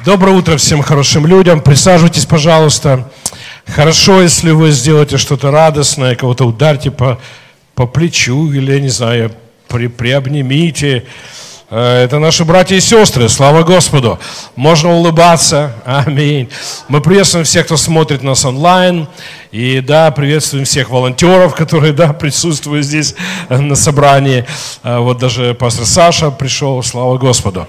Доброе утро всем хорошим людям. Присаживайтесь, пожалуйста. Хорошо, если вы сделаете что-то радостное, кого-то ударьте по плечу или, я не знаю, приобнимите. Это наши братья и сестры, слава Господу. Можно улыбаться, аминь. Мы приветствуем всех, кто смотрит нас онлайн. И да, приветствуем всех волонтеров, которые, да, присутствуют здесь на собрании. Вот даже пастор Саша пришел, слава Господу.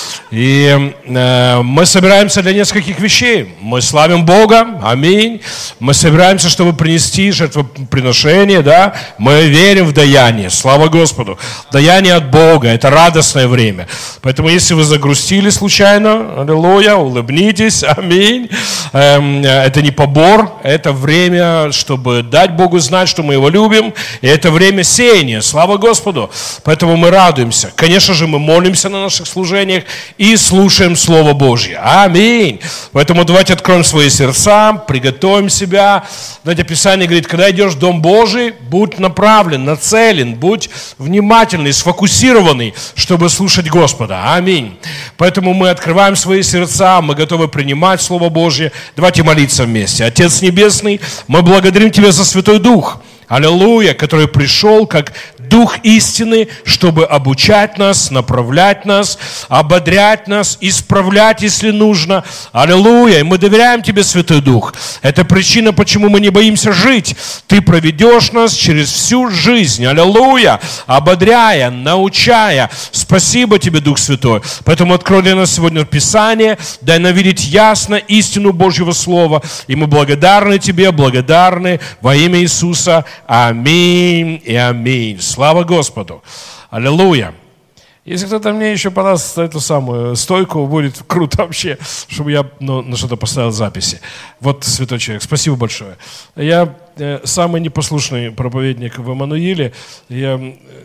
И мы собираемся для нескольких вещей. Мы славим Бога, аминь. Мы собираемся, чтобы принести жертвоприношение, да. Мы верим в даяние, слава Господу. Даяние от Бога, это радостное время. Поэтому, если вы загрустили случайно, аллилуйя, улыбнитесь, аминь. Это не побор, это время, чтобы дать Богу знать, что мы Его любим. И это время сеяния, слава Господу. Поэтому мы радуемся. Конечно же, мы молимся на наших служениях и слушаем Слово Божье. Аминь. Поэтому давайте откроем свои сердца, приготовим себя. Знаете, Писание говорит, когда идешь в Дом Божий, будь направлен, нацелен, будь внимательный, сфокусированный, чтобы слушать Господа. Аминь. Поэтому мы открываем свои сердца, мы готовы принимать Слово Божье. Давайте молиться вместе. Отец Небесный, мы благодарим Тебя за Святой Дух. Аллилуйя, который пришел как Дух истины, чтобы обучать нас, направлять нас, ободрять нас, исправлять, если нужно. Аллилуйя. И мы доверяем Тебе, Святой Дух. Это причина, почему мы не боимся жить. Ты проведешь нас через всю жизнь. Аллилуйя. Ободряя, научая. Спасибо Тебе, Дух Святой. Поэтому открой для нас сегодня Писание. Дай нам видеть ясно истину Божьего Слова. И мы благодарны Тебе, благодарны во имя Иисуса. Аминь и аминь. Слава Господу! Аллилуйя! Если кто-то мне еще подаст эту самую стойку, будет круто вообще, чтобы я на что-то поставил записи. Вот, святой человек, спасибо большое. Я самый непослушный проповедник в Эммануиле, я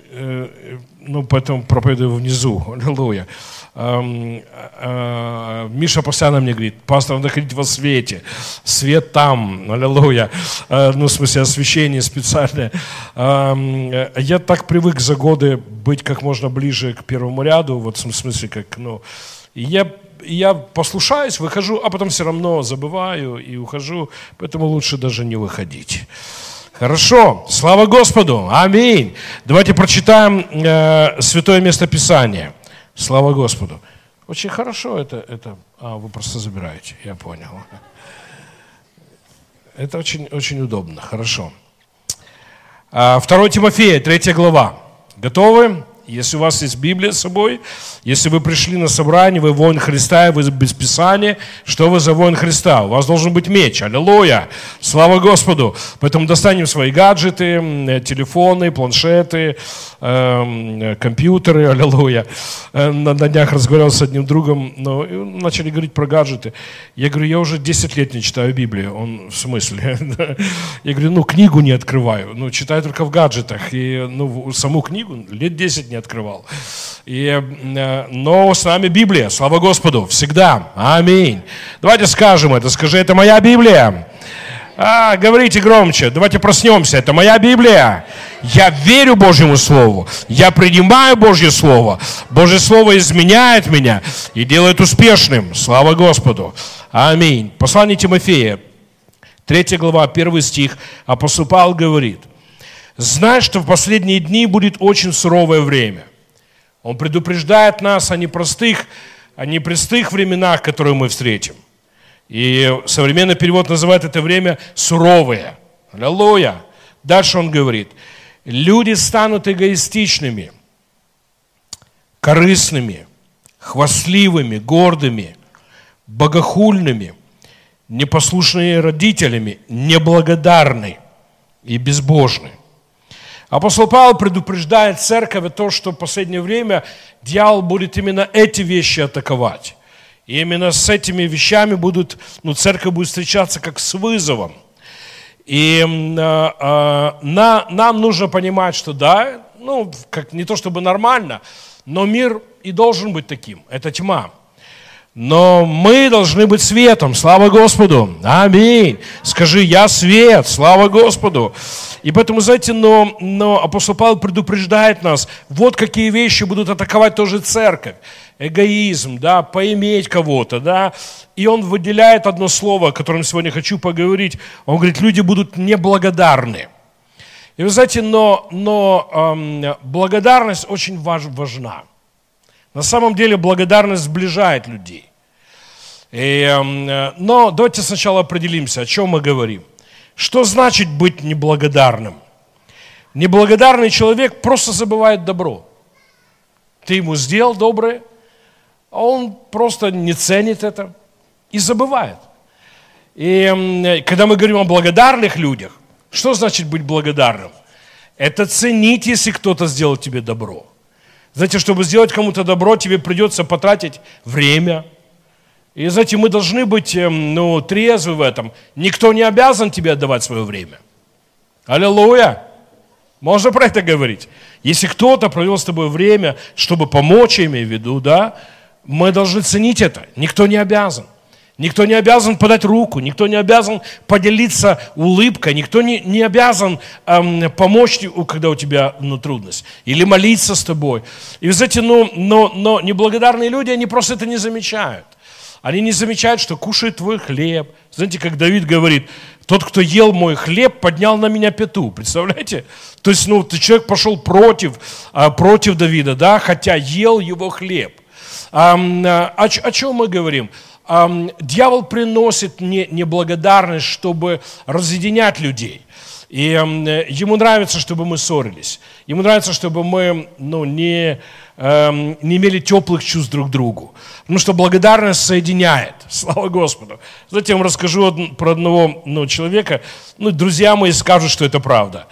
поэтому проповедую внизу. Аллилуйя. Миша постоянно мне говорит, пастор, надо ходить во свете. Свет там, аллилуйя. В смысле, освещение специальное. Я так привык за годы быть как можно ближе к первому ряду, вот в смысле, как, я послушаюсь, выхожу, а потом все равно забываю и ухожу, поэтому лучше даже не выходить. Хорошо, слава Господу, аминь. Давайте прочитаем святое местописание. Слава Господу. Очень хорошо это. Вы просто забираете, я понял. Это очень, очень удобно, хорошо. 2 Тимофея, 3 глава. Готовы? Если у вас есть Библия с собой, если вы пришли на собрание, вы воин Христа, и вы без Писания, что вы за воин Христа? У вас должен быть меч. Аллилуйя! Слава Господу! Поэтому достанем свои гаджеты, телефоны, планшеты, компьютеры. Аллилуйя! На днях разговаривал с одним другом, начали говорить про гаджеты. Я говорю, я уже 10 лет не читаю Библию. Он, в смысле? Я говорю, книгу не открываю. Читаю только в гаджетах. И саму книгу лет 10 не открывал. Но с нами Библия, слава Господу, всегда. Аминь. Давайте скажем это. Скажи, это моя Библия. Говорите громче. Давайте проснемся. Это моя Библия. Я верю Божьему Слову. Я принимаю Божье Слово. Божье Слово изменяет меня и делает успешным. Слава Господу. Аминь. Послание Тимофея, 3 глава, 1 стих. Апостол Павел говорит: «Знай, что в последние дни будет очень суровое время». Он предупреждает нас о непростых временах, которые мы встретим. И современный перевод называет это время суровое. Аллилуйя. Дальше он говорит: люди станут эгоистичными, корыстными, хвастливыми, гордыми, богохульными, непослушными родителями, неблагодарны и безбожны. Апостол Павел предупреждает церковь о том, что в последнее время дьявол будет именно эти вещи атаковать. И именно с этими вещами церковь будет встречаться как с вызовом. И нам нужно понимать, что да, как не то чтобы нормально, но мир и должен быть таким. Это тьма. Но мы должны быть светом. Слава Господу. Аминь. Скажи, я свет. Слава Господу. И поэтому, знаете, но апостол Павел предупреждает нас, вот какие вещи будут атаковать тоже церковь. Эгоизм, да, поиметь кого-то, да. И он выделяет одно слово, о котором сегодня хочу поговорить. Он говорит, люди будут неблагодарны. И вы знаете, но благодарность очень важна. На самом деле благодарность сближает людей. Но давайте сначала определимся, о чем мы говорим. Что значит быть неблагодарным? Неблагодарный человек просто забывает добро. Ты ему сделал доброе, а он просто не ценит это и забывает. И когда мы говорим о благодарных людях, что значит быть благодарным? Это ценить, если кто-то сделал тебе добро. Знаете, чтобы сделать кому-то добро, тебе придется потратить время. И, знаете, мы должны быть трезвы в этом. Никто не обязан тебе отдавать свое время. Аллилуйя! Можно про это говорить? Если кто-то провел с тобой время, чтобы помочь, я имею в виду, да, мы должны ценить это. Никто не обязан. Никто не обязан подать руку, никто не обязан поделиться улыбкой, никто не обязан помочь, когда у тебя трудность, или молиться с тобой. И, вы знаете, но неблагодарные люди, они просто это не замечают. Они не замечают, что кушает твой хлеб. Знаете, как Давид говорит, тот, кто ел мой хлеб, поднял на меня пяту. Представляете? То есть, человек пошел против Давида, да, хотя ел его хлеб. О чем мы говорим? Дьявол приносит неблагодарность, чтобы разъединять людей. И ему нравится, чтобы мы ссорились. Ему нравится, чтобы мы не имели теплых чувств друг к другу. Потому что благодарность соединяет. Слава Господу. Знаете, я вам расскажу про одного человека. Друзья мои скажут, что это правда.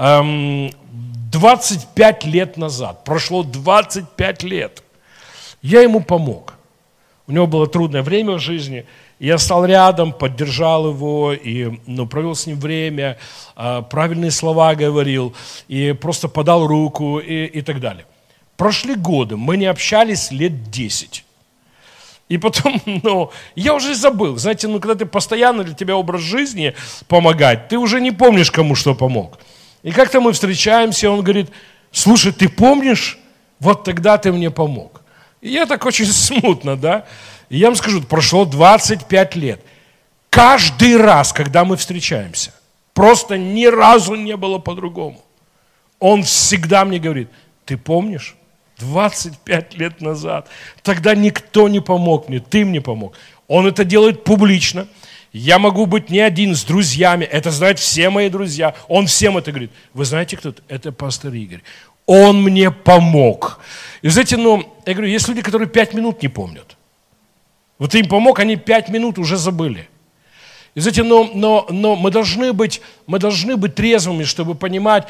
25 лет назад, прошло 25 лет, я ему помог. У него было трудное время в жизни. Я стал рядом, поддержал его, и провел с ним время, правильные слова говорил, и просто подал руку, и так далее. Прошли годы, мы не общались лет 10. И потом, я уже забыл. Знаете, когда ты постоянно, для тебя образ жизни помогать, ты уже не помнишь, кому что помог. И как-то мы встречаемся, и он говорит, слушай, ты помнишь, вот тогда ты мне помог. И я так очень смутно, да. И я вам скажу, прошло 25 лет. Каждый раз, когда мы встречаемся, просто ни разу не было по-другому. Он всегда мне говорит, ты помнишь? 25 лет назад. Тогда никто не помог мне, ты мне помог. Он это делает публично. Я могу быть не один, с друзьями. Это знают все мои друзья. Он всем это говорит. Вы знаете, кто это? Это пастор Игорь. Он мне помог. И знаете, я говорю, есть люди, которые 5 минут не помнят. Вот ты им помог, они 5 минут уже забыли. И знаете, но мы должны быть трезвыми, чтобы понимать,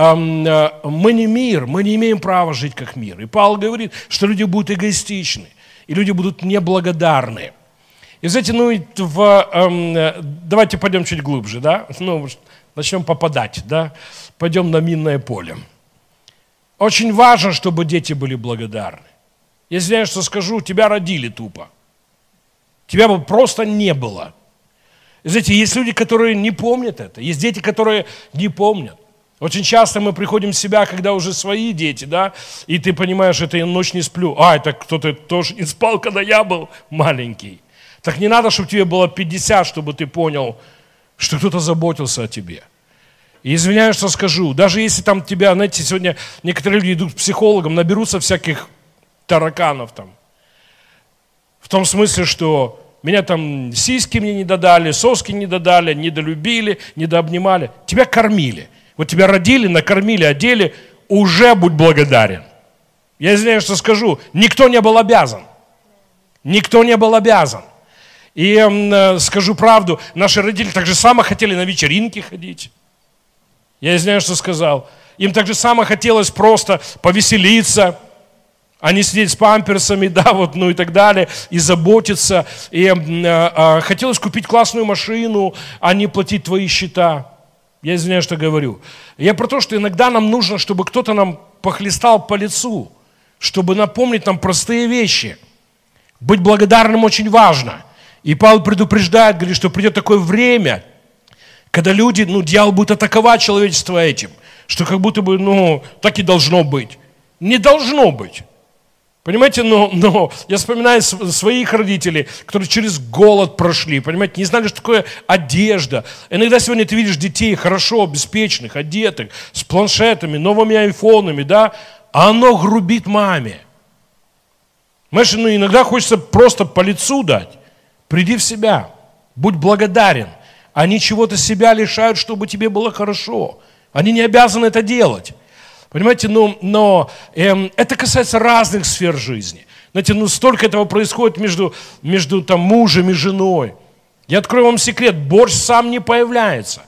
мы не мир, мы не имеем права жить как мир. И Павел говорит, что люди будут эгоистичны, и люди будут неблагодарны. И знаете, давайте пойдем чуть глубже, да? Начнем попадать, да? Пойдем на минное поле. Очень важно, чтобы дети были благодарны. Я извиняюсь, что скажу, тебя родили тупо. Тебя бы просто не было. Знаете, есть люди, которые не помнят это. Есть дети, которые не помнят. Очень часто мы приходим в себя, когда уже свои дети, да, и ты понимаешь, это я ночь не сплю. Это кто-то тоже не спал, когда я был маленький. Так не надо, чтобы тебе было 50, чтобы ты понял, что кто-то заботился о тебе. И извиняюсь, что скажу, даже если там тебя, знаете, сегодня некоторые люди идут к психологам, наберутся всяких тараканов там. В том смысле, что меня там сиськи мне не додали, соски не додали, недолюбили, недообнимали. Тебя кормили. Вот тебя родили, накормили, одели, уже будь благодарен. Я извиняюсь, что скажу, никто не был обязан. Никто не был обязан. И скажу правду, наши родители так же само хотели на вечеринки ходить. Я извиняюсь, что сказал. Им так же само хотелось просто повеселиться, а не сидеть с памперсами, да, и так далее, и заботиться. И хотелось купить классную машину, а не платить твои счета. Я извиняюсь, что говорю. Я про то, что иногда нам нужно, чтобы кто-то нам похлестал по лицу, чтобы напомнить нам простые вещи. Быть благодарным очень важно. И Павел предупреждает, говорит, что придет такое время, Когда люди, дьявол будет атаковать человечество этим, что как будто бы, так и должно быть. Не должно быть. Понимаете, но я вспоминаю своих родителей, которые через голод прошли, понимаете, не знали, что такое одежда. Иногда сегодня ты видишь детей хорошо обеспеченных, одетых, с планшетами, новыми айфонами, да, а оно грубит маме. Понимаешь, иногда хочется просто по лицу дать. Приди в себя, будь благодарен. Они чего-то себя лишают, чтобы тебе было хорошо. Они не обязаны это делать. Понимаете, но это касается разных сфер жизни. Знаете, столько этого происходит между там, мужем и женой. Я открою вам секрет, борщ сам не появляется.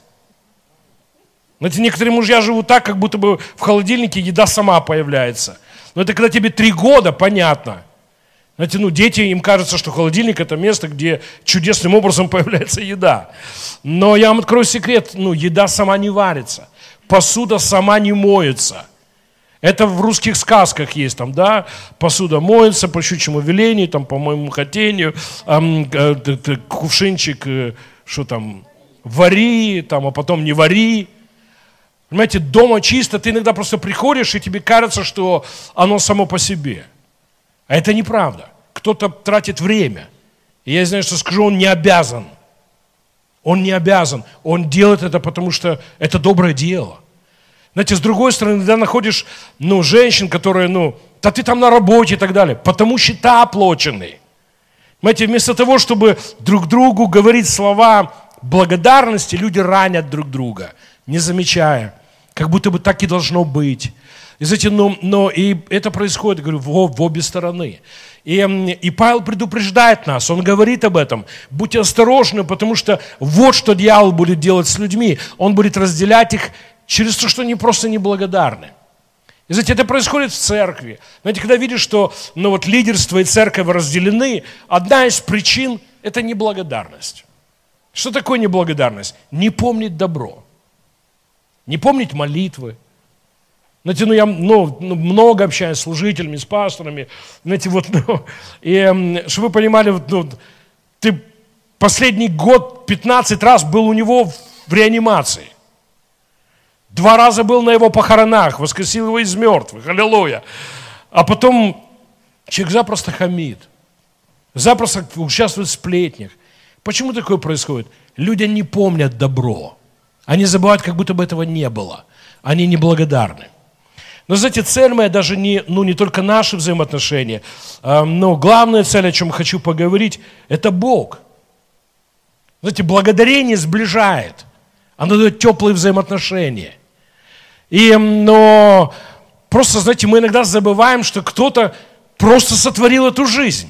Знаете, некоторые мужья живут так, как будто бы в холодильнике еда сама появляется. Но это когда тебе 3 года, понятно. Знаете, дети, им кажется, что холодильник – это место, где чудесным образом появляется еда. Но я вам открою секрет, еда сама не варится, посуда сама не моется. Это в русских сказках есть, там, да, посуда моется по щучьему велению, там, по моему хотению, кувшинчик, что там, вари, там, а потом не вари. Понимаете, дома чисто, ты иногда просто приходишь, и тебе кажется, что оно само по себе. А это неправда. Кто-то тратит время. И я знаю, что скажу, он не обязан. Он не обязан. Он делает это, потому что это доброе дело. Знаете, с другой стороны, когда находишь, женщин, которые, да ты там на работе и так далее, потому счета оплачены. Понимаете, вместо того, чтобы друг другу говорить слова благодарности, люди ранят друг друга, не замечая, как будто бы так и должно быть. И знаете, и это происходит, говорю, в обе стороны. И Павел предупреждает нас, он говорит об этом. Будьте осторожны, потому что вот что дьявол будет делать с людьми. Он будет разделять их через то, что они просто неблагодарны. И знаете, это происходит в церкви. Знаете, когда видишь, что лидерство и церковь разделены, одна из причин – это неблагодарность. Что такое неблагодарность? Не помнить добро. Не помнить молитвы. Знаете, я много общаюсь с служителями, с пасторами. Знаете, и чтобы вы понимали, ты последний год 15 раз был у него в реанимации. 2 раза был на его похоронах, воскресил его из мертвых, аллилуйя. А потом человек запросто хамит, запросто участвует в сплетнях. Почему такое происходит? Люди не помнят добро. Они забывают, как будто бы этого не было. Они неблагодарны. Но, знаете, цель моя даже не только наши взаимоотношения, но главная цель, о чем хочу поговорить, это Бог. Знаете, благодарение сближает. Оно дает теплые взаимоотношения. Но просто, знаете, мы иногда забываем, что кто-то просто сотворил эту жизнь.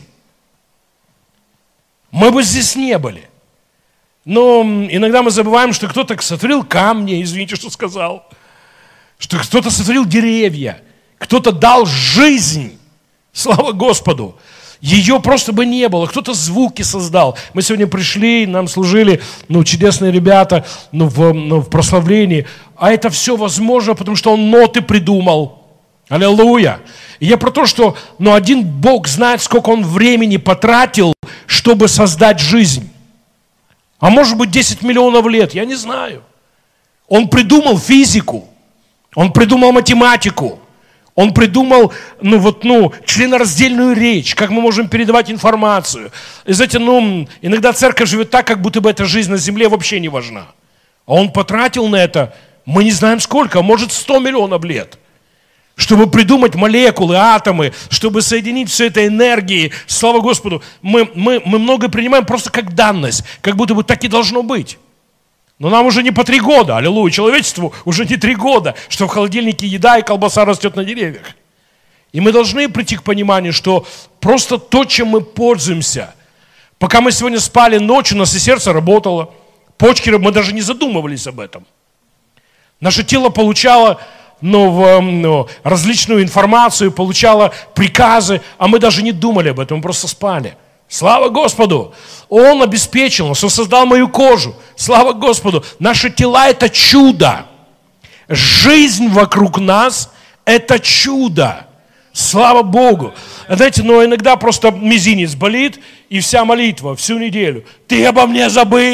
Мы бы здесь не были. Но иногда мы забываем, что кто-то сотворил камни, извините, что сказал. Что кто-то сотворил деревья, кто-то дал жизнь. Слава Господу. Ее просто бы не было. Кто-то звуки создал. Мы сегодня пришли, нам служили, чудесные ребята, в прославлении. А это все возможно, потому что он ноты придумал. Аллилуйя. И я про то, что, один Бог знает, сколько он времени потратил, чтобы создать жизнь. А может быть 10 миллионов лет, я не знаю. Он придумал физику. Он придумал математику. Он придумал, членораздельную речь, как мы можем передавать информацию. И знаете, иногда церковь живет так, как будто бы эта жизнь на земле вообще не важна. А он потратил на это, мы не знаем сколько, может 100 миллионов лет, чтобы придумать молекулы, атомы, чтобы соединить все это энергией. Слава Господу, мы многое принимаем просто как данность, как будто бы так и должно быть. Но нам уже не по 3 года, аллилуйя, человечеству уже не 3 года, что в холодильнике еда и колбаса растет на деревьях. И мы должны прийти к пониманию, что просто то, чем мы пользуемся. Пока мы сегодня спали ночью, у нас и сердце работало, почки, мы даже не задумывались об этом. Наше тело получало различную информацию, получало приказы, а мы даже не думали об этом, мы просто спали. Слава Господу! Он обеспечил нас, Он создал мою кожу. Слава Господу! Наши тела – это чудо. Жизнь вокруг нас – это чудо. Слава Богу! Знаете, иногда просто мизинец болит, и вся молитва всю неделю. Ты обо мне забыл,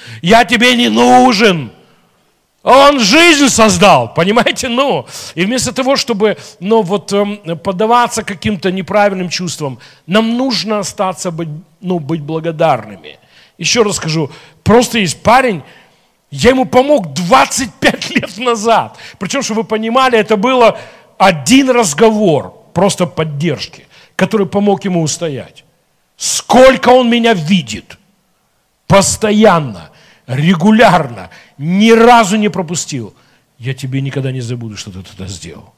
Я тебе не нужен. Он жизнь создал, понимаете? И вместо того, чтобы поддаваться каким-то неправильным чувствам, нам нужно остаться, быть благодарными. Еще раз скажу, просто есть парень, я ему помог 25 лет назад. Причем, чтобы вы понимали, это было один разговор, просто поддержки, который помог ему устоять. Сколько он меня видит, постоянно, регулярно, ни разу не пропустил. Я тебе никогда не забуду, что ты это сделал.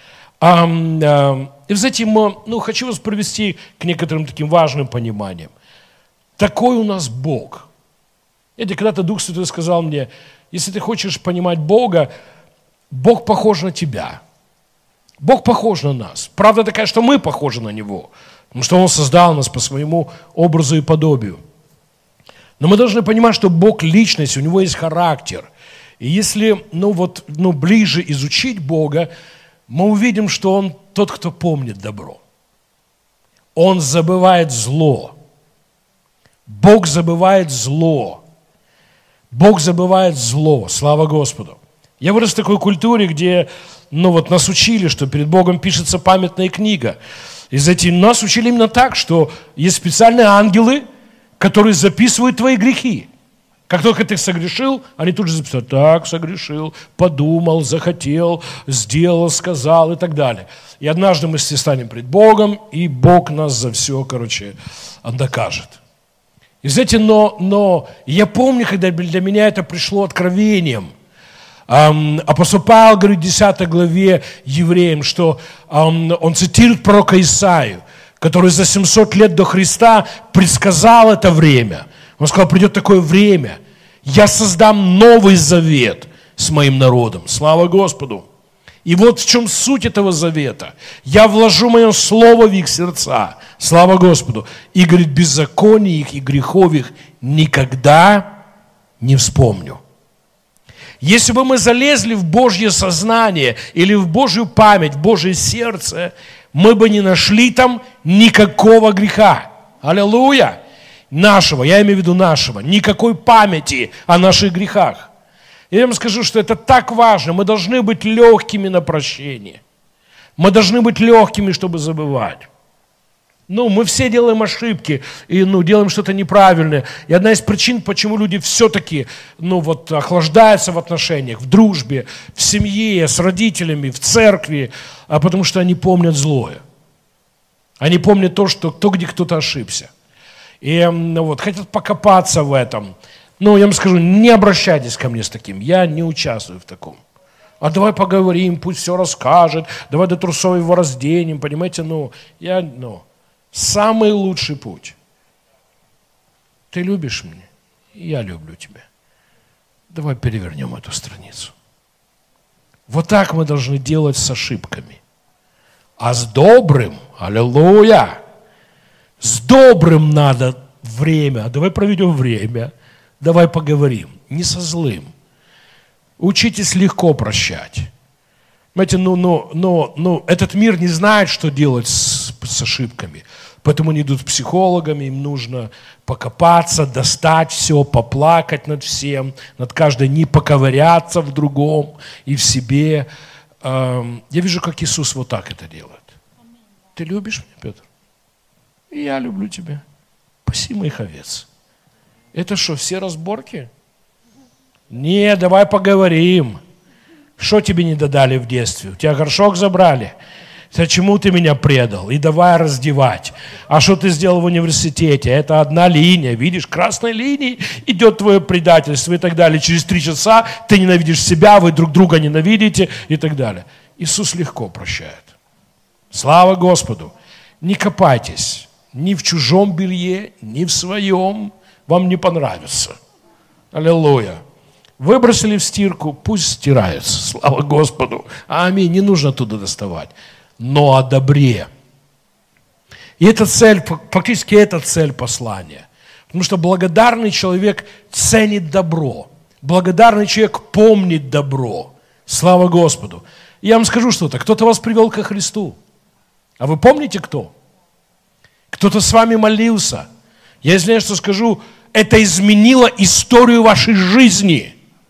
И затем, хочу вас привести к некоторым таким важным пониманиям. Такой у нас Бог. Знаете, когда-то Дух Святой сказал мне, если ты хочешь понимать Бога, Бог похож на тебя. Бог похож на нас. Правда такая, что мы похожи на Него, потому что Он создал нас по своему образу и подобию. Но мы должны понимать, что Бог – личность, у Него есть характер. И если ближе изучить Бога, мы увидим, что Он тот, кто помнит добро. Он забывает зло. Бог забывает зло. Бог забывает зло. Слава Господу. Я вырос в такой культуре, где нас учили, что перед Богом пишется памятная книга. И нас учили именно так, что есть специальные ангелы, которые записывают твои грехи. Как только ты согрешил, они тут же записывают: так, согрешил, подумал, захотел, сделал, сказал и так далее. И однажды мы все станем пред Богом, и Бог нас за все, докажет. И знаете, но я помню, когда для меня это пришло откровением. Апостол Павел говорит в 10 главе Евреям, что он цитирует пророка Исаию, который за 700 лет до Христа предсказал это время. Он сказал: придет такое время, я создам новый завет с моим народом. Слава Господу! И вот в чем суть этого завета. Я вложу мое слово в их сердца. Слава Господу! И, говорит, беззаконий их и грехов их никогда не вспомню. Если бы мы залезли в Божье сознание или в Божью память, в Божье сердце, мы бы не нашли там никакого греха. Аллилуйя! Нашего, я имею в виду нашего. Никакой памяти о наших грехах. Я вам скажу, что это так важно. Мы должны быть легкими на прощение. Мы должны быть легкими, чтобы забывать. Мы все делаем ошибки и делаем что-то неправильное. И одна из причин, почему люди все-таки охлаждаются в отношениях, в дружбе, в семье, с родителями, в церкви, потому что они помнят злое. Они помнят то, где кто-то ошибся. И хотят покопаться в этом. Я вам скажу, не обращайтесь ко мне с таким. Я не участвую в таком. А давай поговорим, пусть все расскажет. Давай до трусов его разденем, понимаете? Самый лучший путь. Ты любишь меня? Я люблю тебя. Давай перевернем эту страницу. Вот так мы должны делать с ошибками. А с добрым, аллилуйя, с добрым надо время. Давай проведем время. Давай поговорим. Не со злым. Учитесь легко прощать. Понимаете, этот мир не знает, что делать с ошибками. Поэтому они идут к психологам, им нужно покопаться, достать все, поплакать над всем, над каждой, не поковыряться в другом и в себе. Я вижу, как Иисус вот так это делает. Ты любишь меня, Петр? И я люблю тебя. Паси моих овец. Это что, все разборки? Не, давай поговорим. Что тебе не додали в детстве? У тебя горшок забрали? Почему ты меня предал? И давай раздевать. А что ты сделал в университете? Это одна линия. Видишь, красной линией идет твое предательство и так далее. Через 3 часа ты ненавидишь себя, вы друг друга ненавидите и так далее. Иисус легко прощает. Слава Господу. Не копайтесь ни в чужом белье, ни в своем. Вам не понравится. Аллилуйя. Выбросили в стирку, пусть стираются. Слава Господу. Аминь. Не нужно оттуда доставать. Но о добре. И это цель, фактически это цель послания. Потому что благодарный человек ценит добро. Благодарный человек помнит добро. Слава Господу. Я вам скажу что-то. Кто-то вас привел ко Христу. А вы помните кто? Кто-то с вами молился. Я, извиняюсь, что скажу, это изменило историю вашей жизни.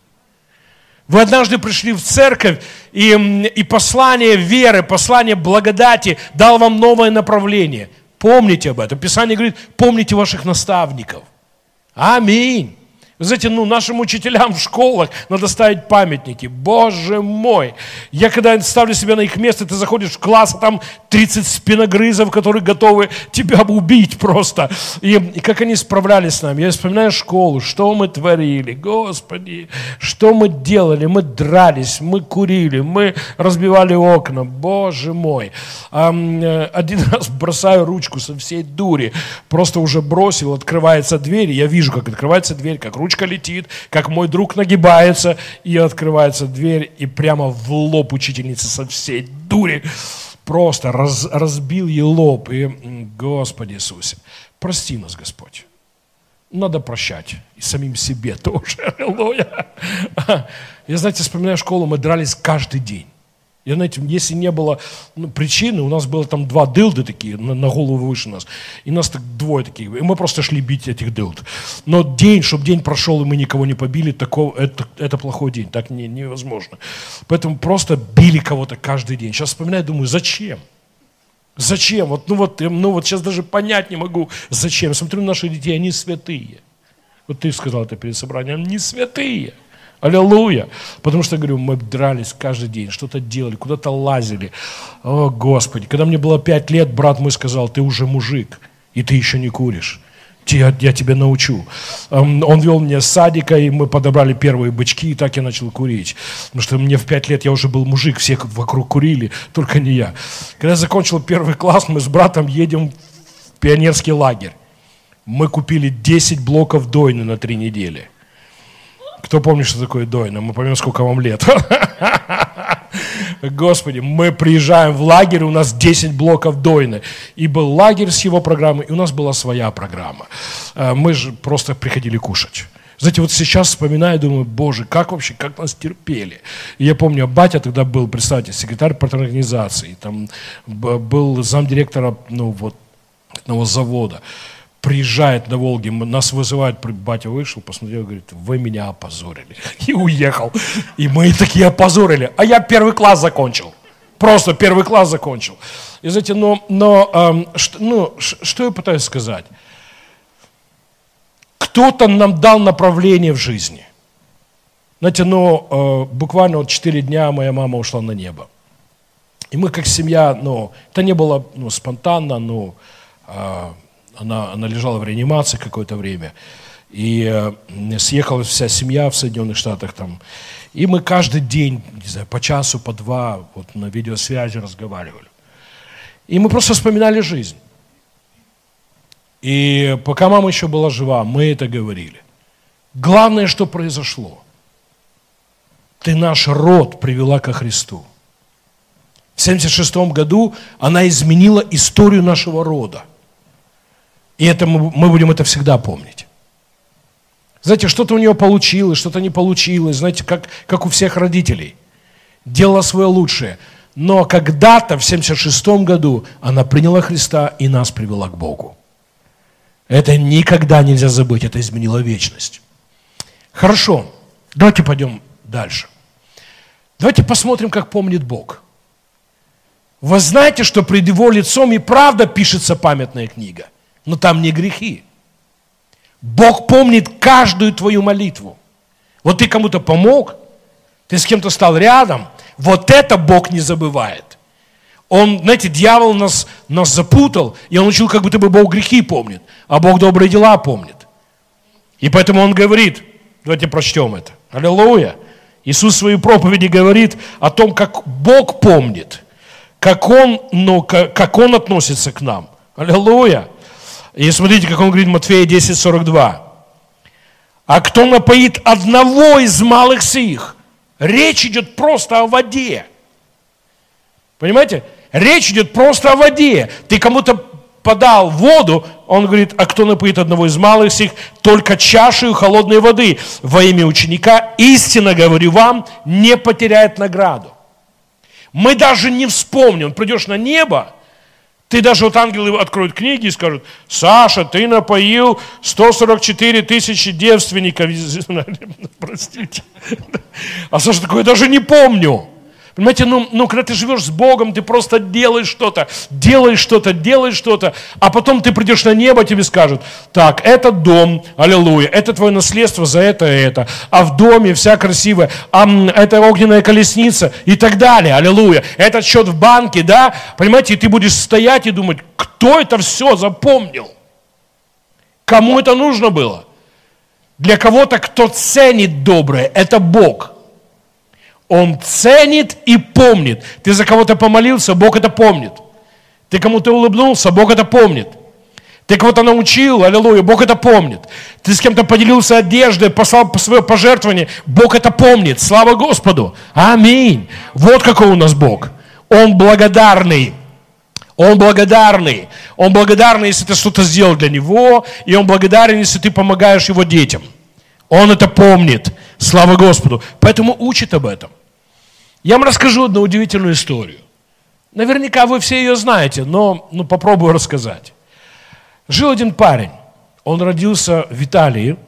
Вы однажды пришли в церковь, и послание веры, послание благодати дал вам новое направление. Помните об этом. Писание говорит, помните ваших наставников. Аминь. Вы знаете, нашим учителям в школах надо ставить памятники. Боже мой! Я когда ставлю себя на их место, ты заходишь в класс, а там 30 спиногрызов, которые готовы тебя убить просто. И как они справлялись с нами. Я вспоминаю школу, что мы творили. Господи, что мы делали? Мы дрались, мы курили, мы разбивали окна. Боже мой! Один раз бросаю ручку со всей дури. Просто уже бросил, открывается дверь. Я вижу, как открывается дверь, как ручка летит, как мой друг нагибается, и открывается дверь, и прямо в лоб учительницы со всей дури просто разбил ей лоб. И, Господи Иисусе, прости нас, Господь. Надо прощать. И самим себе тоже. Аллилуйя. Я, знаете, вспоминаю школу, мы дрались каждый день. И, знаете, если не было причины, у нас было там 2 дылды такие, на голову выше нас, и нас так 2 такие, и мы просто шли бить этих дылд. Но чтобы день прошел, и мы никого не побили, это плохой день, так невозможно. Поэтому просто били кого-то каждый день. Сейчас вспоминаю, думаю, зачем? Зачем? Вот сейчас даже понять не могу, зачем. Я смотрю на наших детей, они святые. Вот ты сказал это перед собранием, они святые. Аллилуйя. Потому что, говорю, мы дрались каждый день, что-то делали, куда-то лазили. О, Господи. Когда мне было 5 лет, брат мой сказал, ты уже мужик, и ты еще не куришь. Я тебя научу. Он вел меня с садика, и мы подобрали первые бычки, и так я начал курить. Потому что мне в 5 лет я уже был мужик, все вокруг курили, только не я. Когда я закончил 1 класс, мы с братом едем в пионерский лагерь. Мы купили 10 блоков дойны на 3 недели. Кто помнит, что такое дойна? Мы поймем, сколько вам лет. Господи, мы приезжаем в лагерь, у нас 10 блоков дойны. И был лагерь с его программой, и у нас была своя программа. Мы же просто приходили кушать. Знаете, вот сейчас вспоминаю, думаю, Боже, как нас терпели. И я помню, батя тогда был, представьте, секретарь парторганизации, там был замдиректора, одного завода. Приезжает на Волге, нас вызывают, батя вышел, посмотрел, говорит, вы меня опозорили. И уехал. И мы такие опозорили. А я 1 класс закончил. Просто 1 класс закончил. И знаете, что я пытаюсь сказать? Кто-то нам дал направление в жизни. Знаете, буквально 4 дня моя мама ушла на небо. И мы как семья, это не было спонтанно, она лежала в реанимации какое-то время. И съехалась вся семья в Соединенных Штатах там. И мы каждый день, не знаю, по часу, по 2 на видеосвязи разговаривали. И мы просто вспоминали жизнь. И пока мама еще была жива, мы это говорили. Главное, что произошло. Ты наш род привела ко Христу. В 1976 году она изменила историю нашего рода. И это мы будем это всегда помнить. Знаете, что-то у нее получилось, что-то не получилось. Знаете, как у всех родителей. Делала свое лучшее. Но когда-то, в 1976 году, она приняла Христа и нас привела к Богу. Это никогда нельзя забыть. Это изменило вечность. Хорошо. Давайте пойдем дальше. Давайте посмотрим, как помнит Бог. Вы знаете, что пред Его лицом и правда пишется памятная книга. Но там не грехи. Бог помнит каждую твою молитву. Вот ты кому-то помог, ты с кем-то стал рядом, вот это Бог не забывает. Знаете, дьявол нас запутал, и он учил, как будто бы Бог грехи помнит, а Бог добрые дела помнит. И поэтому он говорит, давайте прочтем это. Аллилуйя. Иисус в своей проповеди говорит о том, как Бог помнит, как Он относится к нам. Аллилуйя. И смотрите, как он говорит в Матфея 10:42. А кто напоит одного из малых сих? Речь идет просто о воде. Понимаете? Речь идет просто о воде. Ты кому-то подал воду, он говорит, а кто напоит одного из малых сих? Только чашею холодной воды. Во имя ученика, истинно говорю вам, не потеряет награду. Мы даже не вспомним, придешь на небо, Ты даже вот ангелы откроют книги и скажут: Саша, ты напоил 144 тысячи девственников. Простите. А Саша такой: я даже не помню. Понимаете, когда ты живешь с Богом, ты просто делаешь что-то, а потом ты придешь на небо, тебе скажут: так, это дом, аллилуйя, это твое наследство за это, а в доме вся красивая, это огненная колесница и так далее, аллилуйя, этот счет в банке, да, понимаете, и ты будешь стоять и думать: кто это все запомнил? Кому это нужно было? Для кого-то, кто ценит доброе, это Бог. Он ценит и помнит. Ты за кого-то помолился, Бог это помнит. Ты кому-то улыбнулся, Бог это помнит. Ты кого-то научил, аллилуйя, Бог это помнит. Ты с кем-то поделился одеждой, послал свое пожертвование, Бог это помнит. Слава Господу. Аминь. Вот какой у нас Бог. Он благодарный. Он благодарный. Он благодарный, если ты что-то сделал для Него, и Он благодарен, если ты помогаешь Его детям. Он это помнит. Слава Господу. Поэтому учит об этом. Я вам расскажу одну удивительную историю. Наверняка вы все ее знаете, но попробую рассказать. Жил один парень. Он родился в Италии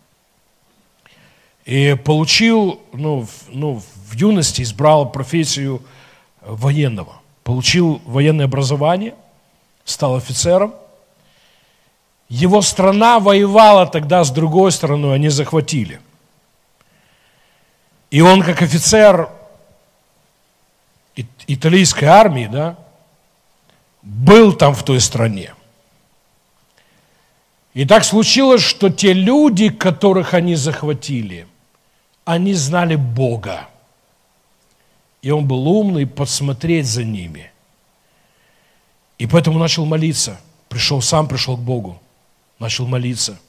и получил, в юности избрал профессию военного. Получил военное образование, стал офицером. Его страна воевала тогда с другой страной, они захватили. И он, как офицер итальянской армии, да, был там в той стране. И так случилось, что те люди, которых они захватили, они знали Бога. И он был умный подсмотреть за ними. И поэтому начал молиться. Пришел к Богу. Начал молиться.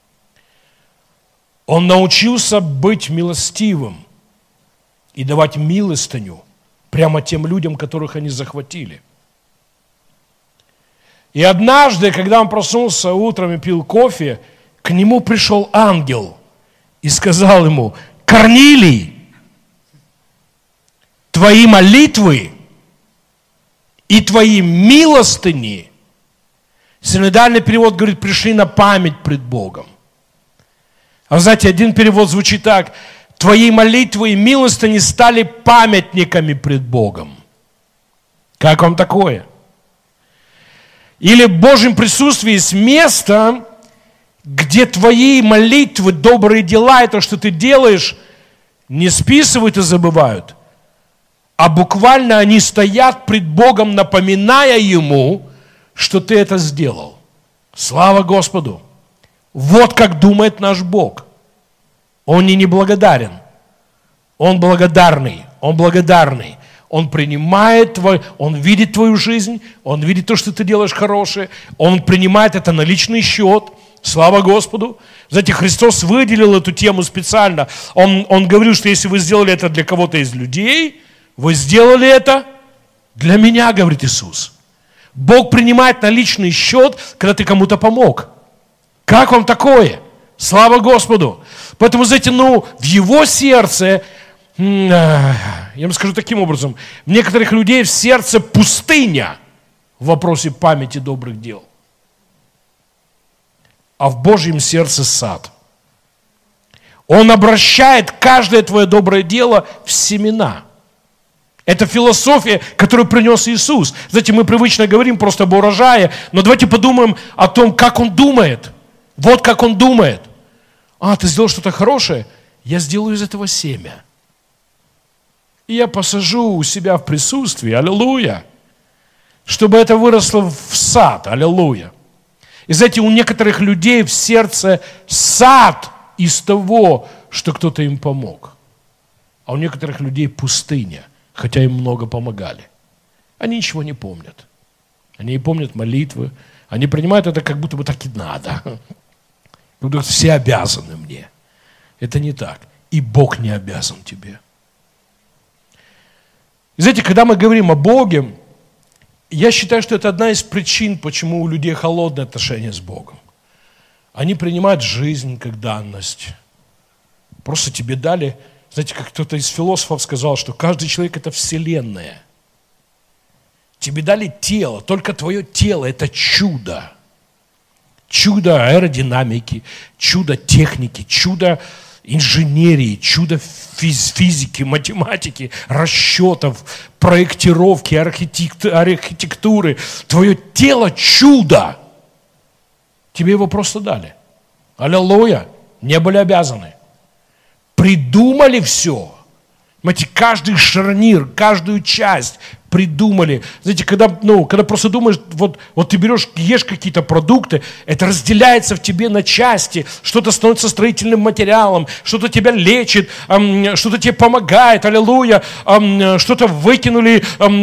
Он научился быть милостивым и давать милостыню прямо тем людям, которых они захватили. И однажды, когда он проснулся утром и пил кофе, к нему пришел ангел и сказал ему: Корнилий, твои молитвы и твои милостыни, синодальный перевод говорит, пришли на память пред Богом. А вы знаете, один перевод звучит так: твои молитвы и милостыни стали памятниками пред Богом. Как вам такое? Или в Божьем присутствии есть место, где твои молитвы, добрые дела и то, что ты делаешь, не списывают и забывают, а буквально они стоят пред Богом, напоминая Ему, что ты это сделал. Слава Господу! Вот как думает наш Бог. Он не неблагодарен. Он благодарный. Он благодарный. Он принимает Он видит твою жизнь, Он видит то, что ты делаешь хорошее, Он принимает это на личный счет. Слава Господу. Знаете, Христос выделил эту тему специально. Он говорил, что если вы сделали это для кого-то из людей, вы сделали это для меня, говорит Иисус. Бог принимает на личный счет, когда ты кому-то помог. Как вам такое? Слава Господу. Поэтому, знаете, в Его сердце, я вам скажу таким образом, в некоторых людей в сердце пустыня в вопросе памяти добрых дел. А в Божьем сердце сад. Он обращает каждое твое доброе дело в семена. Это философия, которую принес Иисус. Знаете, мы привычно говорим просто об урожае, но давайте подумаем о том, как Он думает. Вот как Он думает. Ты сделал что-то хорошее, я сделаю из этого семя. И я посажу у себя в присутствии, аллилуйя, чтобы это выросло в сад, аллилуйя. И знаете, у некоторых людей в сердце сад из того, что кто-то им помог. А у некоторых людей пустыня, хотя им много помогали. Они ничего не помнят. Они не помнят молитвы. Они принимают это, как будто бы так и надо. Как будто все обязаны мне. Это не так. И Бог не обязан тебе. И знаете, когда мы говорим о Боге, я считаю, что это одна из причин, почему у людей холодное отношение с Богом. Они принимают жизнь как данность. Просто тебе дали, знаете, как кто-то из философов сказал, что каждый человек – это вселенная. Тебе дали тело, только твое тело – это чудо. Чудо аэродинамики, чудо техники, чудо инженерии, чудо физики, математики, расчетов, проектировки, архитектуры. Твое тело – чудо. Тебе его просто дали. Аллилуйя. Не были обязаны. Придумали все. Понимаете, каждый шарнир, каждую часть придумали. Знаете, когда просто думаешь, вот ты берешь, ешь какие-то продукты, это разделяется в тебе на части, что-то становится строительным материалом, что-то тебя лечит, что-то тебе помогает, аллилуйя, что-то выкинули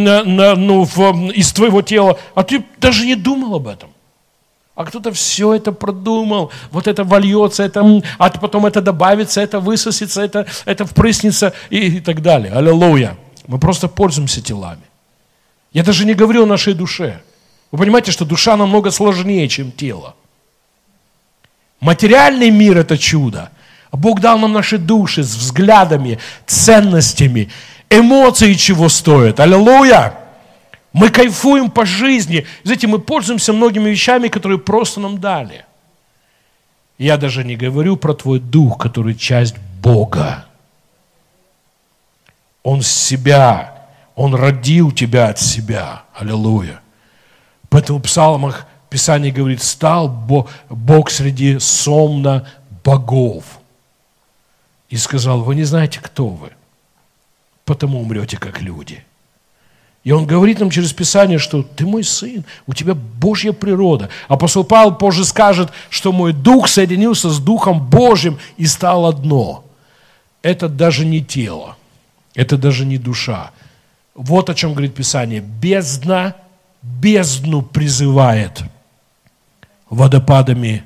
из твоего тела, а ты даже не думал об этом. А кто-то все это продумал, вот это вольется, а потом это добавится, это высосется, это впрыснется и так далее. Аллилуйя. Мы просто пользуемся телами. Я даже не говорю о нашей душе. Вы понимаете, что душа намного сложнее, чем тело. Материальный мир – это чудо. А Бог дал нам наши души с взглядами, ценностями, эмоции чего стоят. Аллилуйя! Мы кайфуем по жизни. Знаете, мы пользуемся многими вещами, которые просто нам дали. Я даже не говорю про твой дух, который часть Бога. Он себя, Он родил тебя от себя. Аллилуйя. Поэтому в псалмах Писание говорит, стал Бог среди сомна богов. И сказал, вы не знаете, кто вы, потому умрете, как люди. И он говорит нам через Писание, что ты мой сын, у тебя Божья природа. Апостол Павел позже скажет, что мой дух соединился с Духом Божьим и стал одно. Это даже не тело, это даже не душа. Вот о чем говорит Писание. Бездна бездну призывает водопадами,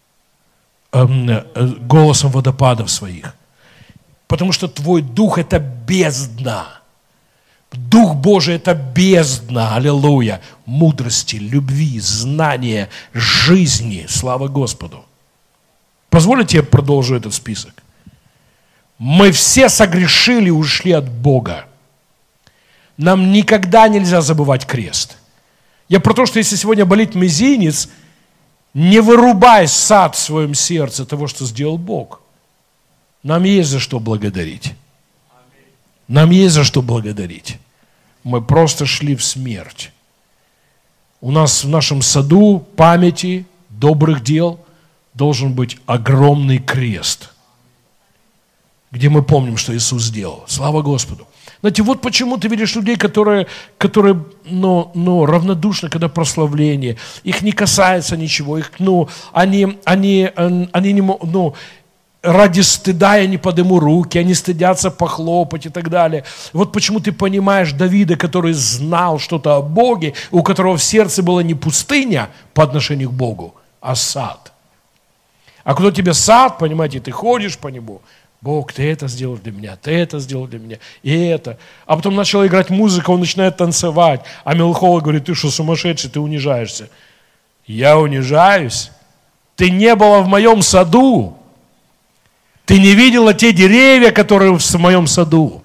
голосом водопадов своих. Потому что твой дух – это бездна. Дух Божий – это бездна, аллилуйя, мудрости, любви, знания, жизни. Слава Господу. Позволите, я продолжу этот список. Мы все согрешили и ушли от Бога. Нам никогда нельзя забывать крест. Я про то, что если сегодня болит мизинец, не вырубай сад в своем сердце того, что сделал Бог. Нам есть за что благодарить. Нам есть за что благодарить. Мы просто шли в смерть. У нас в нашем саду памяти добрых дел должен быть огромный крест, где мы помним, что Иисус сделал. Слава Господу. Знаете, вот почему ты видишь людей, которые равнодушны, когда прославление. Их не касается ничего. Они не могут... Ради стыда я не подниму руки, они стыдятся похлопать и так далее. Вот почему ты понимаешь Давида, который знал что-то о Боге, у которого в сердце была не пустыня по отношению к Богу, а сад. А когда тебе сад, понимаете, ты ходишь по нему, Бог, ты это сделал для меня, ты это сделал для меня, и это. А потом начала играть музыка, он начинает танцевать. А Мелхола говорит, ты что, сумасшедший, ты унижаешься. Я унижаюсь? Ты не была в моем саду. Ты не видела те деревья, которые в моем саду.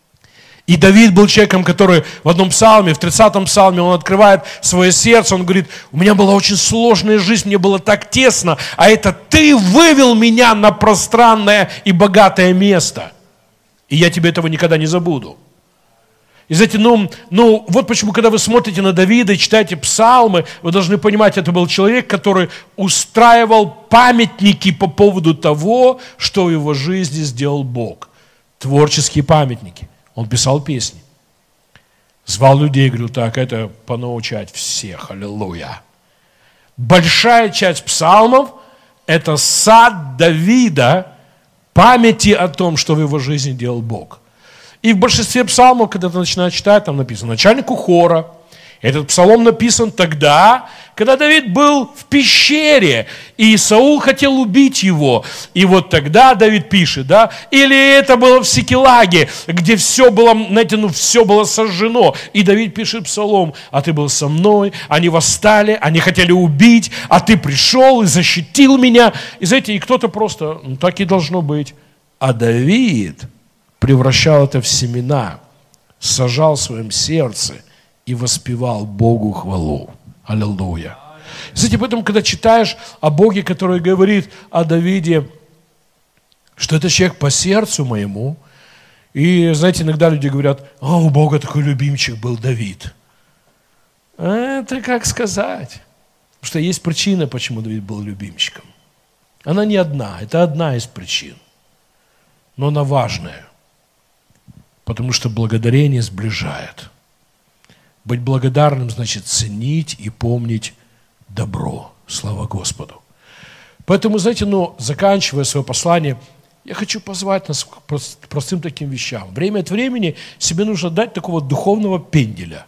И Давид был человеком, который в одном псалме, в 30-м псалме, он открывает свое сердце, он говорит, у меня была очень сложная жизнь, мне было так тесно, а это ты вывел меня на пространное и богатое место. И я тебе этого никогда не забуду. И знаете, вот почему, когда вы смотрите на Давида и читаете псалмы, вы должны понимать, это был человек, который устраивал памятники по поводу того, что в его жизни сделал Бог. Творческие памятники. Он писал песни. Звал людей, говорю, так, это понаучать всех, аллилуйя. Большая часть псалмов – это сад Давида, памяти о том, что в его жизни делал Бог. И в большинстве псалмов, когда ты начинаешь читать, там написано начальнику хора. Этот псалом написан тогда, когда Давид был в пещере, и Саул хотел убить его. И вот тогда Давид пишет, да? Или это было в Сикелаге, где все было, знаете, все было сожжено. И Давид пишет псалом, а ты был со мной, они восстали, они хотели убить, а ты пришел и защитил меня. И знаете, и кто-то просто, так и должно быть. А Давид превращал это в семена, сажал в своем сердце и воспевал Богу хвалу. Аллилуйя. Знаете, поэтому, когда читаешь о Боге, который говорит о Давиде, что это человек по сердцу моему, и, знаете, иногда люди говорят, у Бога такой любимчик был Давид. Это как сказать? Потому что есть причина, почему Давид был любимчиком. Она не одна, это одна из причин. Но она важная. Потому что благодарение сближает. Быть благодарным значит ценить и помнить добро. Слава Господу. Поэтому, знаете, заканчивая свое послание, я хочу позвать нас к простым таким вещам. Время от времени себе нужно дать такого духовного пенделя.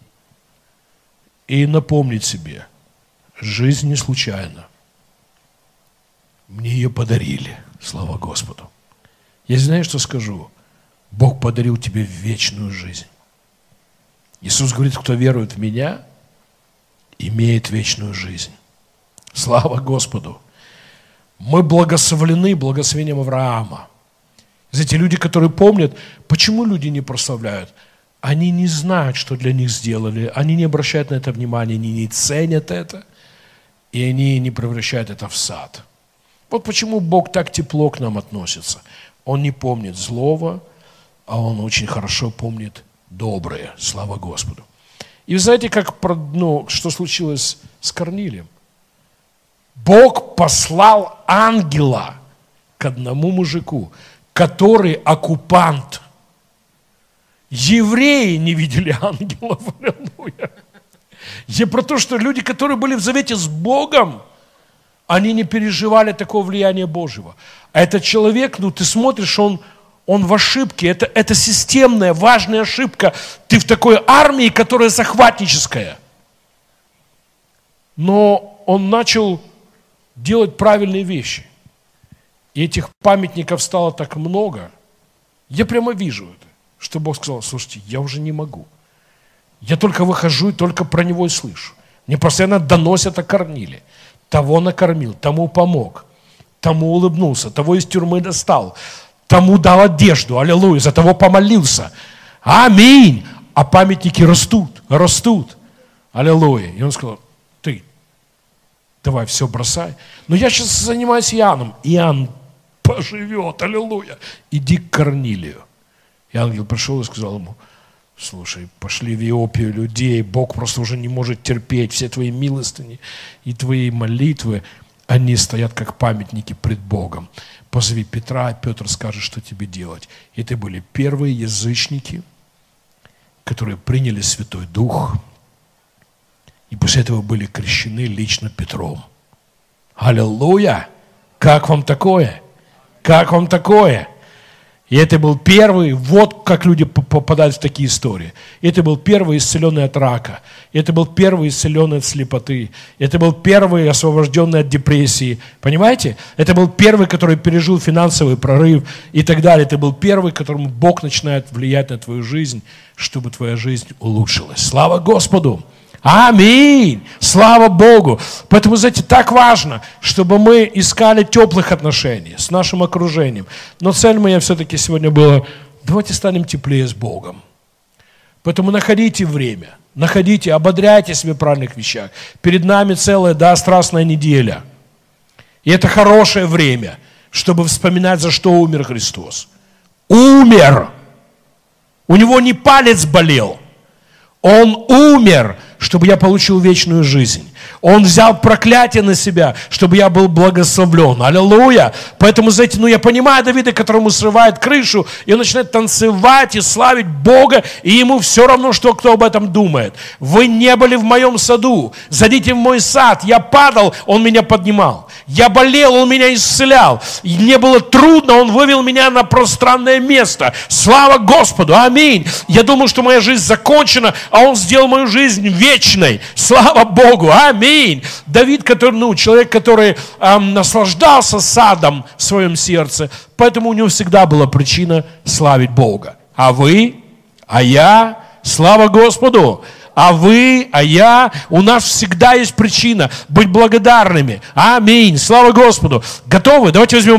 И напомнить себе, жизнь не случайна. Мне ее подарили. Слава Господу. Я знаю, что скажу. Бог подарил тебе вечную жизнь. Иисус говорит, кто верует в Меня, имеет вечную жизнь. Слава Господу. Мы благословлены благословением Авраама. Знаете, люди, которые помнят, почему люди не прославляют? Они не знают, что для них сделали, они не обращают на это внимания, они не ценят это, и они не превращают это в сад. Вот почему Бог так тепло к нам относится. Он не помнит злого, а Он очень хорошо помнит доброе. Слава Господу. И вы знаете, что случилось с Корнилием? Бог послал ангела к одному мужику, который оккупант. Евреи не видели ангелов. Аллилуйя. Я про то, что люди, которые были в завете с Богом, они не переживали такого влияния Божьего. А этот человек, ты смотришь, он в ошибке. Это системная, важная ошибка. Ты в такой армии, которая захватническая. Но он начал делать правильные вещи. И этих памятников стало так много. Я прямо вижу это, что Бог сказал, слушайте, я уже не могу. Я только выхожу и только про него и слышу. Мне постоянно доносят о Корнилии. Того накормил, тому помог, тому улыбнулся, того из тюрьмы достал, тому дал одежду, аллилуйя, за того помолился. Аминь. А памятники растут. Аллилуйя. И он сказал, ты, давай все бросай. Но я сейчас занимаюсь Иоанном. Иоанн поживет, аллилуйя. Иди к Корнилию. И ангел пришел и сказал ему, слушай, пошли в Иопию людей, Бог просто уже не может терпеть все твои милостыни и твои молитвы, они стоят как памятники пред Богом. Позови Петра, Петр скажет, что тебе делать. И это были первые язычники, которые приняли Святой Дух, и после этого были крещены лично Петром. Аллилуйя! Как вам такое? Как вам такое? И это был первый, вот как люди попадают в такие истории. Это был первый исцеленный от рака. Это был первый исцеленный от слепоты. Это был первый освобожденный от депрессии. Понимаете? Это был первый, который пережил финансовый прорыв и так далее. Это был первый, которому Бог начинает влиять на твою жизнь, чтобы твоя жизнь улучшилась. Слава Господу! Аминь! Слава Богу! Поэтому, знаете, так важно, чтобы мы искали теплых отношений с нашим окружением. Но цель моя все-таки сегодня была, давайте станем теплее с Богом. Поэтому находите время, ободряйте себя в правильных вещах. Перед нами целая, страстная неделя. И это хорошее время, чтобы вспоминать, за что умер Христос. Умер! У него не палец болел. Он умер, чтобы я получил вечную жизнь. Он взял проклятие на себя, чтобы я был благословлен. Аллилуйя! Поэтому, знаете, я понимаю Давида, которому срывает крышу, и он начинает танцевать и славить Бога, и ему все равно, что кто об этом думает. Вы не были в моем саду, зайдите в мой сад. Я падал, он меня поднимал. Я болел, он меня исцелял. И мне было трудно, он вывел меня на пространное место. Слава Господу! Аминь! Я думал, что моя жизнь закончена, а он сделал мою жизнь вечной. Слава Богу! Аминь! Давид, человек, который наслаждался садом в своем сердце, поэтому у него всегда была причина славить Бога. А вы, а я, слава Господу! А вы, а я, у нас всегда есть причина быть благодарными. Аминь! Слава Господу! Готовы? Давайте возьмем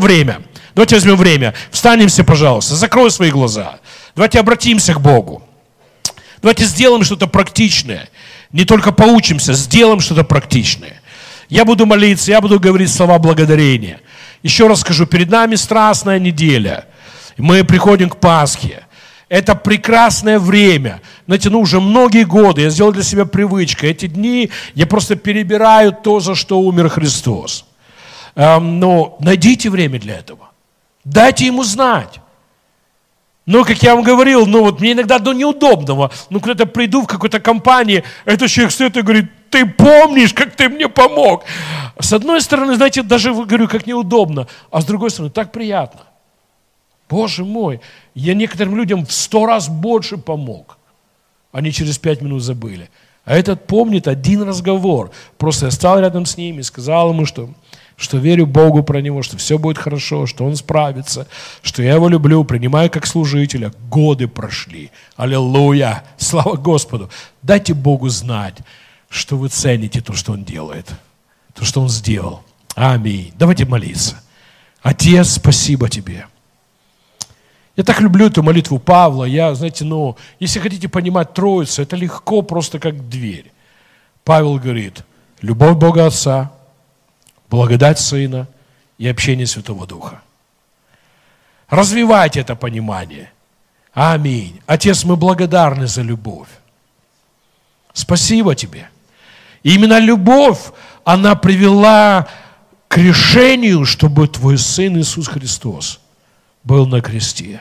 время. Встанем все, пожалуйста. Закрой свои глаза. Давайте обратимся к Богу. Давайте сделаем что-то практичное. Не только поучимся, сделаем что-то практичное. Я буду молиться, я буду говорить слова благодарения. Еще раз скажу, перед нами страстная неделя. Мы приходим к Пасхе. Это прекрасное время. Знаете, уже многие годы я сделал для себя привычкой. Эти дни я просто перебираю то, за что умер Христос. Но найдите время для этого. Дайте ему знать. Но, как я вам говорил, мне иногда до неудобного. Когда-то приду в какой-то компании, этот человек стоит и говорит: ты помнишь, как ты мне помог? С одной стороны, знаете, даже говорю, как неудобно, а с другой стороны, так приятно. Боже мой, я некоторым людям в 100 раз больше помог. Они через 5 минут забыли. А этот помнит один разговор. Просто я стал рядом с ними, сказал ему, что верю Богу про него, что все будет хорошо, что он справится, что я его люблю, принимаю как служителя. Годы прошли. Аллилуйя! Слава Господу! Дайте Богу знать, что вы цените то, что он делает, то, что он сделал. Аминь. Давайте молиться. Отец, спасибо тебе. Я так люблю эту молитву Павла. Если хотите понимать Троицу, это легко, просто как дверь. Павел говорит: любовь Бога Отца, благодать Сына и общение Святого Духа. Развивайте это понимание. Аминь. Отец, мы благодарны за любовь. Спасибо тебе. И именно любовь, она привела к решению, чтобы твой Сын Иисус Христос был на кресте.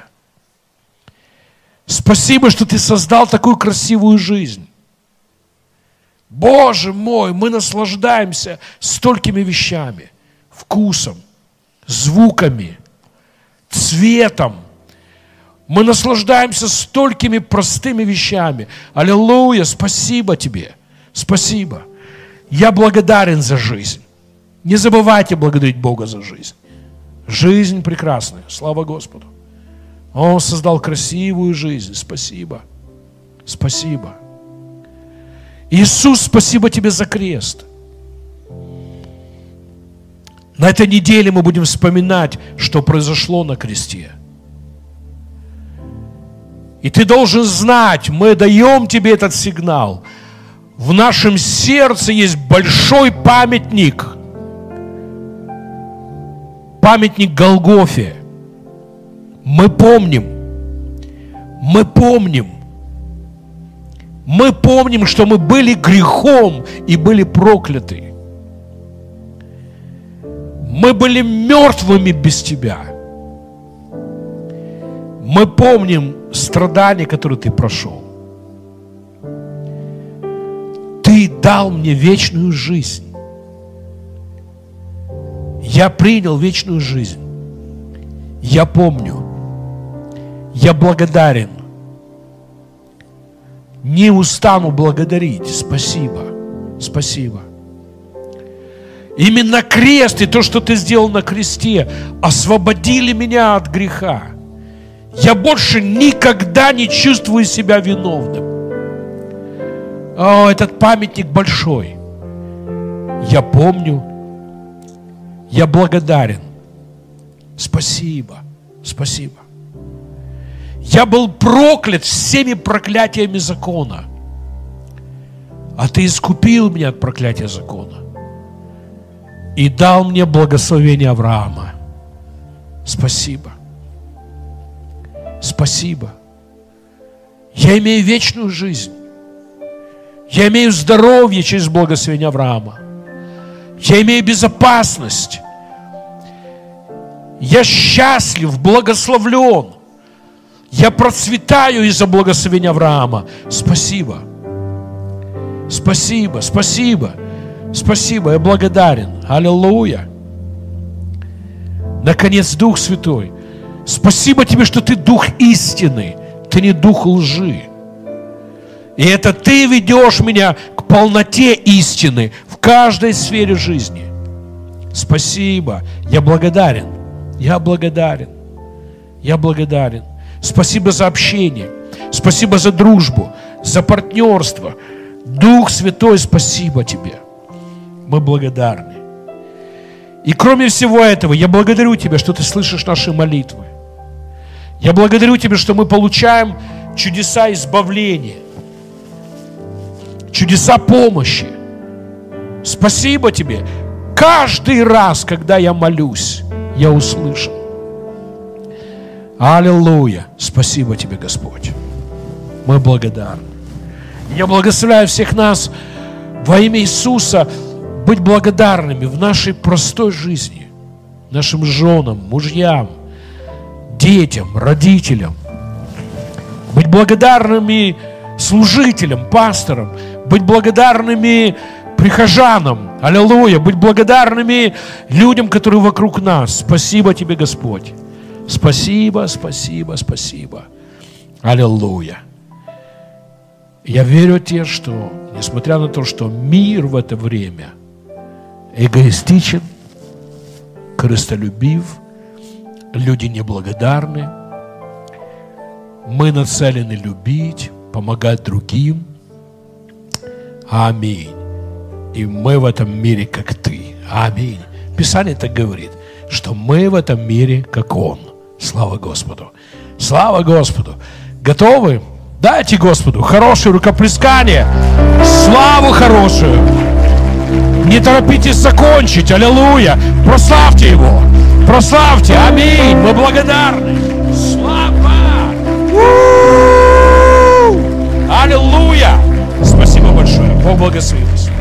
Спасибо, что ты создал такую красивую жизнь. Боже мой, мы наслаждаемся столькими вещами: вкусом, звуками, цветом. Мы наслаждаемся столькими простыми вещами. Аллилуйя, спасибо тебе. Спасибо. Я благодарен за жизнь. Не забывайте благодарить Бога за жизнь. Жизнь прекрасная. Слава Господу. Он создал красивую жизнь. Спасибо. Спасибо. Иисус, спасибо тебе за крест. На этой неделе мы будем вспоминать, что произошло на кресте. И ты должен знать, мы даем тебе этот сигнал. В нашем сердце есть большой памятник. Памятник Голгофе. Мы помним. Мы помним. Мы помним, что мы были грехом и были прокляты. Мы были мертвыми без Тебя. Мы помним страдания, которые Ты прошел. Ты дал мне вечную жизнь. Я принял вечную жизнь. Я помню. Я благодарен. Не устану благодарить. Спасибо. Спасибо. Именно крест и то, что ты сделал на кресте, освободили меня от греха. Я больше никогда не чувствую себя виновным. О, этот памятник большой. Я помню. Я благодарен. Спасибо. Спасибо. Я был проклят всеми проклятиями закона. А Ты искупил меня от проклятия закона. И дал мне благословение Авраама. Спасибо. Спасибо. Я имею вечную жизнь. Я имею здоровье через благословение Авраама. Я имею безопасность. Я счастлив, благословлен. Я процветаю из-за благословения Авраама. Спасибо. Спасибо, спасибо. Спасибо, я благодарен. Аллилуйя. Наконец, Дух Святой. Спасибо Тебе, что Ты Дух истины. Ты не Дух лжи. И это Ты ведешь меня к полноте истины в каждой сфере жизни. Спасибо. Я благодарен. Я благодарен. Я благодарен. Спасибо за общение. Спасибо за дружбу, за партнерство. Дух Святой, спасибо Тебе. Мы благодарны. И кроме всего этого, я благодарю Тебя, что Ты слышишь наши молитвы. Я благодарю Тебя, что мы получаем чудеса избавления. чудеса помощи. Спасибо Тебе. Каждый раз, когда я молюсь, я услышан. Аллилуйя. Спасибо Тебе, Господь. Мы благодарны. Я благословляю всех нас во имя Иисуса быть благодарными в нашей простой жизни, нашим женам, мужьям, детям, родителям. Быть благодарными служителям, пасторам, быть благодарными прихожанам. Аллилуйя. Быть благодарными людям, которые вокруг нас. Спасибо Тебе, Господь. Спасибо, спасибо, спасибо. Аллилуйя. Я верю Тебе, что, несмотря на то, что мир в это время эгоистичен, корыстолюбив, люди неблагодарны, мы нацелены любить, помогать другим. Аминь. И мы в этом мире, как Ты. Аминь. Писание так говорит, что мы в этом мире, как Он. Слава Господу. Слава Господу. Готовы? Дайте Господу хорошее рукоплескание. Славу хорошую. Не торопитесь закончить. Аллилуйя. Прославьте Его. Прославьте. Аминь. Мы благодарны. Слава. Аллилуйя. Спасибо большое. Бог благословит.